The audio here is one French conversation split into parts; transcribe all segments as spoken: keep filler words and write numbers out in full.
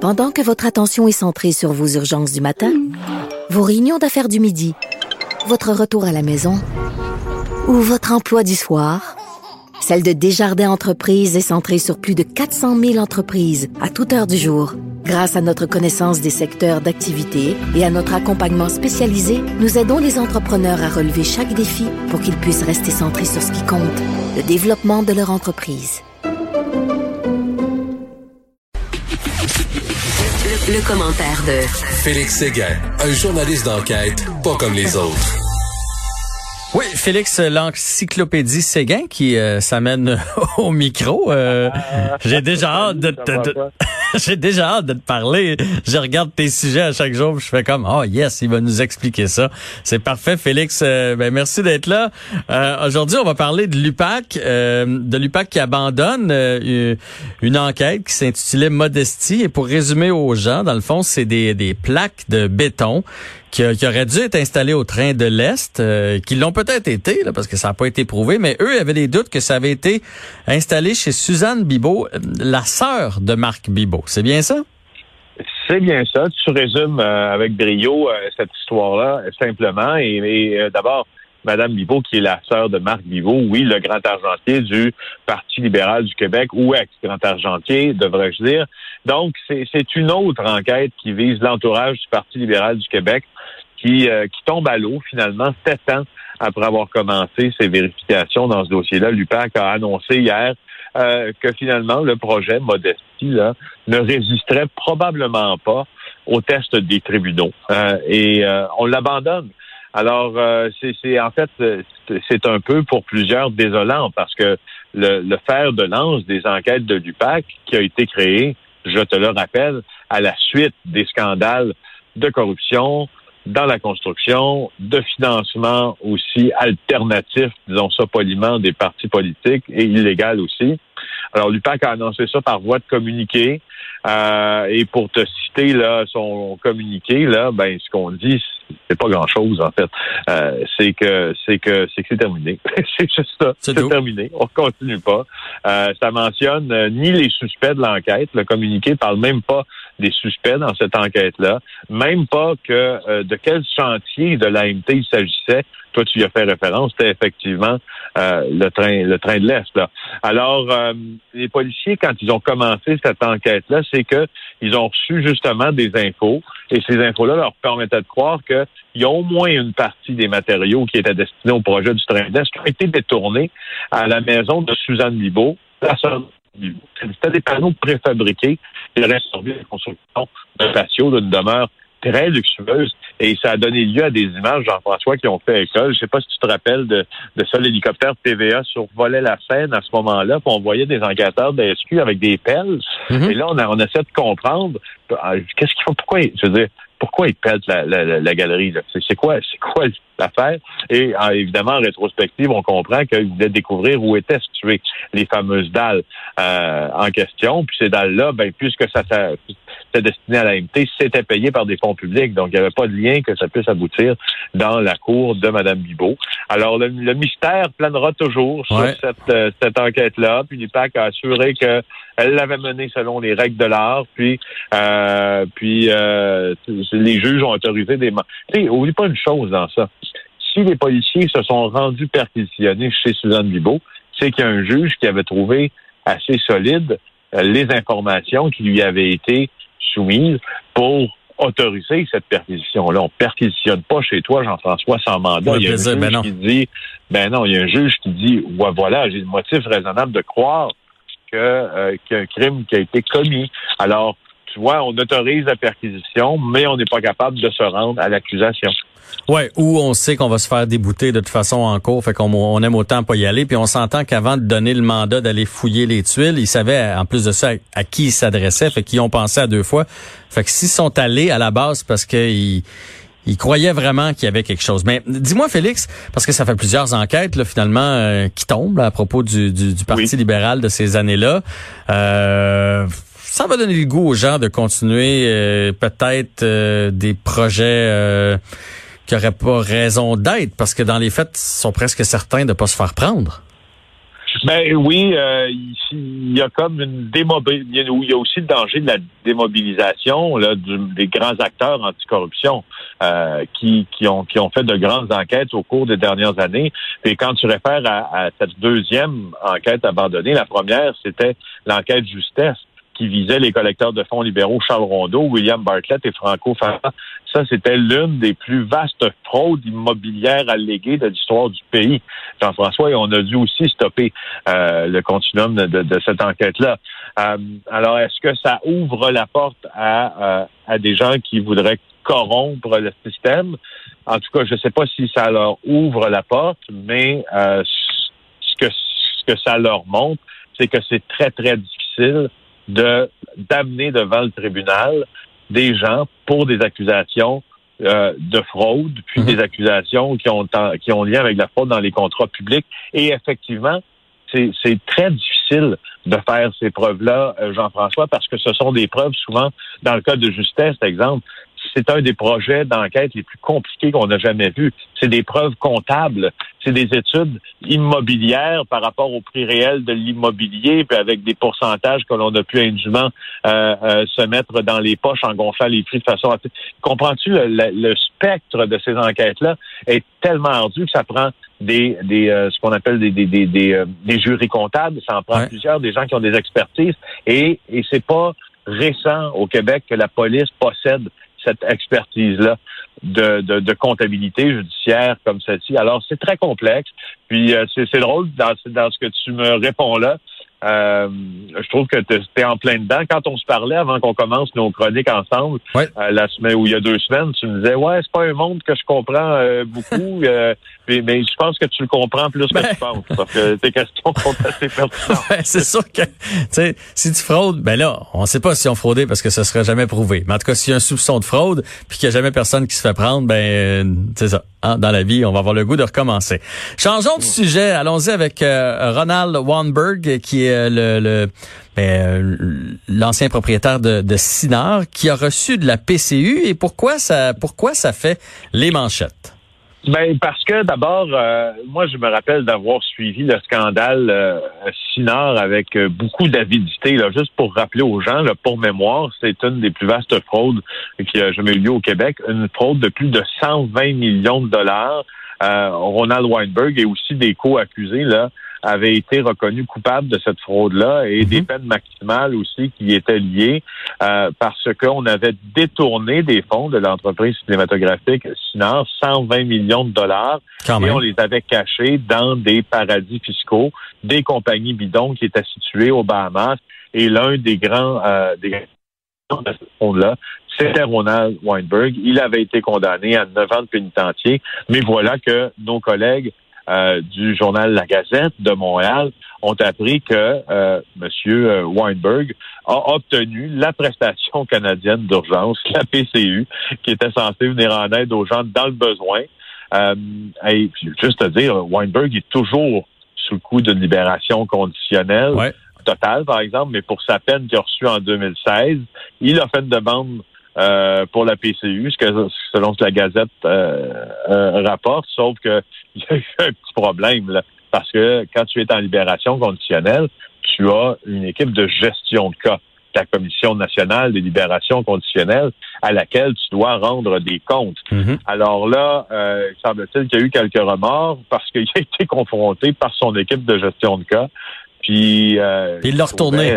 Pendant que votre attention est centrée sur vos urgences du matin, vos réunions d'affaires du midi, votre retour à la maison ou votre emploi du soir, celle de Desjardins Entreprises est centrée sur plus de quatre cent mille entreprises à toute heure du jour. Grâce à notre connaissance des secteurs d'activité et à notre accompagnement spécialisé, nous aidons les entrepreneurs à relever chaque défi pour qu'ils puissent rester centrés sur ce qui compte, le développement de leur entreprise. Le, le commentaire de Félix Séguin, un journaliste d'enquête pas comme les autres. Oui, Félix, l'encyclopédie Séguin qui euh, s'amène au micro. Euh, j'ai déjà hâte de te, de, j'ai déjà hâte de te parler. Je regarde tes sujets à chaque jour, je fais comme oh yes, il va nous expliquer ça. C'est parfait, Félix. Euh, ben merci d'être là. Euh, aujourd'hui, on va parler de l'U P A C, euh, de l'U P A C qui abandonne euh, une enquête qui s'intitulait Modestie. Et pour résumer aux gens, dans le fond, c'est des des plaques de béton qui, qui auraient dû être installés au train de l'Est, euh, qui l'ont peut-être été, là, parce que ça n'a pas été prouvé, mais eux avaient des doutes que ça avait été installé chez Suzanne Bibeau, la sœur de Marc Bibeau. C'est bien ça? C'est bien ça. Tu résumes euh, avec brio euh, cette histoire-là, simplement. Et, et euh, d'abord, Madame Bibeau, qui est la sœur de Marc Bibeau, oui, le grand argentier du Parti libéral du Québec, ou ex-grand argentier, devrais-je dire. Donc, c'est, c'est une autre enquête qui vise l'entourage du Parti libéral du Québec, qui, euh, qui tombe à l'eau, finalement, sept ans après avoir commencé ses vérifications dans ce dossier-là. L'U P A C a annoncé hier euh, que finalement, le projet Modestie là, ne résisterait probablement pas au test des tribunaux. Euh, et euh, on l'abandonne. Alors, euh, c'est, c'est en fait, c'est un peu pour plusieurs désolant parce que le, le fer de lance des enquêtes de l'U P A C qui a été créé, je te le rappelle, à la suite des scandales de corruption dans la construction, de financement aussi alternatif, disons ça poliment, des partis politiques et illégal aussi. Alors, l'U P A C a annoncé ça par voie de communiqué. Euh, et pour te citer là son communiqué, là, ben ce qu'on dit, c'est pas grand-chose en fait. Euh, c'est que c'est que c'est que c'est terminé. C'est juste ça. C'est, c'est terminé. On continue pas. Euh, ça mentionne euh, ni les suspects de l'enquête. Le communiqué parle même pas des suspects dans cette enquête-là. Même pas que euh, de quel chantier de l'A M T il s'agissait. Toi, tu y as fait référence. C'était effectivement euh, le train, le train de l'Est. Là. Alors, euh, les policiers, quand ils ont commencé cette enquête-là, c'est que ils ont reçu justement des infos, et ces infos-là leur permettaient de croire qu'il y a au moins une partie des matériaux qui étaient destinés au projet du train de l'Est qui ont été détournés à la maison de Suzanne Bibeau, la sœur de Bibeau. C'était des panneaux préfabriqués qui auraient servi à la construction d'un patio d'une demeure très luxueuse, et ça a donné lieu à des images, Jean-François, qui ont fait école. Je sais pas si tu te rappelles de, de ça, l'hélicoptère T V A survolait la scène à ce moment-là, puis on voyait des enquêteurs de S Q avec des pelles, mm-hmm. Et là, on, a, on essaie de comprendre, qu'est-ce qu'il faut, pourquoi, je veux dire, pourquoi ils pètent la, la, la, la galerie, là? C'est, c'est quoi, c'est quoi l'affaire? Et en, évidemment, en rétrospective, on comprend qu'ils voulaient découvrir où étaient situées les fameuses dalles euh, en question. Puis ces dalles-là, ben, puisque ça, ça c'était destiné à l'A M T, c'était payé par des fonds publics. Donc, il n'y avait pas de lien que ça puisse aboutir dans la cour de Mme Bibeau. Alors, le, le mystère planera toujours sur ouais. cette, euh, cette enquête-là. Puis l'U P A C a assuré que elle l'avait menée selon les règles de l'art. Puis, euh, puis euh, les juges ont autorisé des... Tu sais, oublie pas une chose dans ça. Si les policiers se sont rendus perquisitionnés chez Suzanne Bibeau, c'est qu'il y a un juge qui avait trouvé assez solide euh, les informations qui lui avaient été soumises pour autoriser cette perquisition-là. On perquisitionne pas chez toi, Jean-François, sans mandat. Il y a un juge ben qui dit, ben non, il y a un juge qui dit, ouais, voilà, j'ai le motif raisonnable de croire que euh, qu'il y a un crime qui a été commis. Alors, tu vois, on autorise la perquisition, mais on n'est pas capable de se rendre à l'accusation. Ouais, ou on sait qu'on va se faire débouter de toute façon en cours, fait qu'on on aime autant pas y aller. Puis on s'entend qu'avant de donner le mandat d'aller fouiller les tuiles, ils savaient en plus de ça à, à qui ils s'adressaient, fait qu'ils ont pensé à deux fois. Fait que s'ils sont allés à la base parce qu'ils ils croyaient vraiment qu'il y avait quelque chose. Mais dis-moi, Félix, parce que ça fait plusieurs enquêtes là, finalement euh, qui tombent là, à propos du, du, du Parti oui. libéral de ces années-là. Euh, ça va donner le goût aux gens de continuer euh, peut-être euh, des projets euh, qui n'auraient pas raison d'être, parce que dans les faits, ils sont presque certains de ne pas se faire prendre. Ben oui, euh, il y a comme une démobilisation, il y a aussi le danger de la démobilisation là, du, des grands acteurs anticorruption euh, qui, qui ont qui ont fait de grandes enquêtes au cours des dernières années. Et quand tu réfères à, à cette deuxième enquête abandonnée, la première, c'était l'enquête Justesse, qui visait les collecteurs de fonds libéraux Charles Rondeau, William Bartlett et Franco Farah. Ça, c'était l'une des plus vastes fraudes immobilières alléguées de l'histoire du pays. Jean-François, et on a dû aussi stopper euh, le continuum de, de, de cette enquête-là. Euh, alors, est-ce que ça ouvre la porte à, euh, à des gens qui voudraient corrompre le système? En tout cas, je ne sais pas si ça leur ouvre la porte, mais euh, ce que ce que ça leur montre, c'est que c'est très, très difficile de d'amener devant le tribunal des gens pour des accusations euh, de fraude, puis mmh. des accusations qui ont qui ont lien avec la fraude dans les contrats publics. Et effectivement, c'est c'est très difficile de faire ces preuves-là, euh, Jean-François, parce que ce sont des preuves souvent, dans le cas de Justesse, par exemple, c'est un des projets d'enquête les plus compliqués qu'on a jamais vus. C'est des preuves comptables, c'est des études immobilières par rapport au prix réel de l'immobilier, puis avec des pourcentages que l'on a pu indûment euh, euh, se mettre dans les poches en gonflant les prix de façon... À... Comprends-tu, le, le, le spectre de ces enquêtes-là est tellement ardu que ça prend des, des euh, ce qu'on appelle des, des, des, des, euh, des jurys comptables, ça en prend ouais. plusieurs, des gens qui ont des expertises, et, et c'est pas récent au Québec que la police possède cette expertise-là de, de, de comptabilité judiciaire comme celle-ci. Alors, c'est très complexe. Puis, euh, c'est, c'est drôle, dans, dans ce que tu me réponds là, euh, je trouve que tu es en plein dedans. Quand on se parlait avant qu'on commence nos chroniques ensemble, ouais. euh, la semaine ou il y a deux semaines, tu me disais, ouais, c'est pas un monde que je comprends euh, beaucoup, euh, mais, mais je pense que tu le comprends plus que ben... tu penses. Parce que tes questions sont assez pertinentes. Ouais, c'est sûr que, tu sais, si tu fraudes, ben là, on sait pas si on fraudait parce que ça serait jamais prouvé. Mais en tout cas, s'il y a un soupçon de fraude, puis qu'il y a jamais personne qui se fait prendre, ben, euh, c'est ça. Hein, dans la vie, on va avoir le goût de recommencer. Changeons de sujet. Allons-y avec euh, Ronald Weinberg, qui est le, le ben, l'ancien propriétaire de, de Cinart, qui a reçu de la P C U. Et pourquoi ça, pourquoi ça fait les manchettes? Ben parce que d'abord, euh, moi je me rappelle d'avoir suivi le scandale euh, Cinart avec euh, beaucoup d'avidité. Là, juste pour rappeler aux gens, là, pour mémoire, c'est une des plus vastes fraudes qui a jamais eu lieu au Québec, une fraude de plus de cent vingt millions de dollars. Euh, Ronald Weinberg et aussi des co-accusés là avaient été reconnus coupables de cette fraude-là et mm-hmm. des peines maximales aussi qui y étaient liées euh, parce qu'on avait détourné des fonds de l'entreprise cinématographique Cinart, cent vingt millions de dollars, Quand et même. on les avait cachés dans des paradis fiscaux, des compagnies bidons qui étaient situées aux Bahamas. Et l'un des grands euh, des de ce fonds-là, c'était Ronald Weinberg. Il avait été condamné à neuf ans de pénitencier, mais voilà que nos collègues Euh, du journal La Gazette de Montréal ont appris que euh, M. Weinberg a obtenu la prestation canadienne d'urgence, la P C U, qui était censée venir en aide aux gens dans le besoin. Euh, et juste à dire, Weinberg est toujours sous le coup d'une libération conditionnelle ouais. totale, par exemple, mais pour sa peine qu'il a reçue en deux mille seize, il a fait une demande Euh, pour la P C U, ce que, selon ce que la Gazette euh, euh, rapporte, sauf que il y a eu un petit problème, là, parce que quand tu es en libération conditionnelle, tu as une équipe de gestion de cas, la Commission nationale des libérations conditionnelles, à laquelle tu dois rendre des comptes. Mm-hmm. Alors là, euh, il semble-t-il qu'il y a eu quelques remords parce qu'il a été confronté par son équipe de gestion de cas, puis... Euh, il l'a retourné.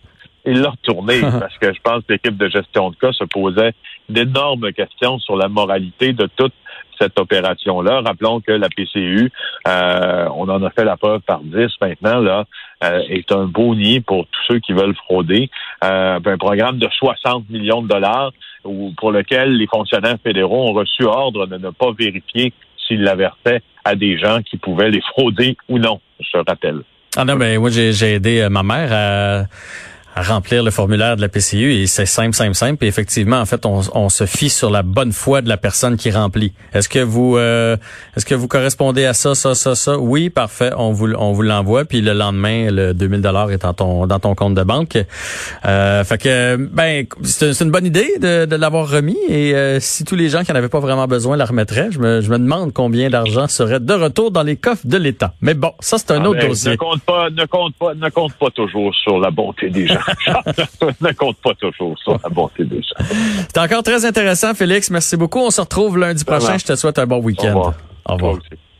Il l'a retourné parce que je pense que l'équipe de gestion de cas se posait d'énormes questions sur la moralité de toute cette opération-là. Rappelons que la P C U, euh, on en a fait la preuve par dix maintenant, là, euh, est un beau nid pour tous ceux qui veulent frauder. Euh, un programme de soixante millions de dollars où, pour lequel les fonctionnaires fédéraux ont reçu ordre de ne pas vérifier s'ils l'avertaient à des gens qui pouvaient les frauder ou non, je rappelle. Ah non, ben moi j'ai, j'ai aidé euh, ma mère à... à remplir le formulaire de la P C U et c'est simple, simple, simple. Et effectivement, en fait, on, on se fie sur la bonne foi de la personne qui remplit. Est-ce que vous, euh, est-ce que vous correspondez à ça, ça, ça, ça? Oui, parfait. On vous, on vous l'envoie. Puis le lendemain, le deux mille dollars est dans ton, dans ton compte de banque. Euh, fait que, ben, c'est, c'est une bonne idée de, de l'avoir remis. Et euh, si tous les gens qui n'en avaient pas vraiment besoin la remettraient, je me, je me demande combien d'argent serait de retour dans les coffres de l'État. Mais bon, ça c'est un ah autre ben, dossier. Ne compte pas, ne compte pas, ne compte pas toujours sur la bonté des gens. Ne compte pas toujours sur la bonté des gens. C'est encore très intéressant, Félix. Merci beaucoup. On se retrouve lundi prochain. Je te souhaite un bon week-end. Au revoir. Au revoir.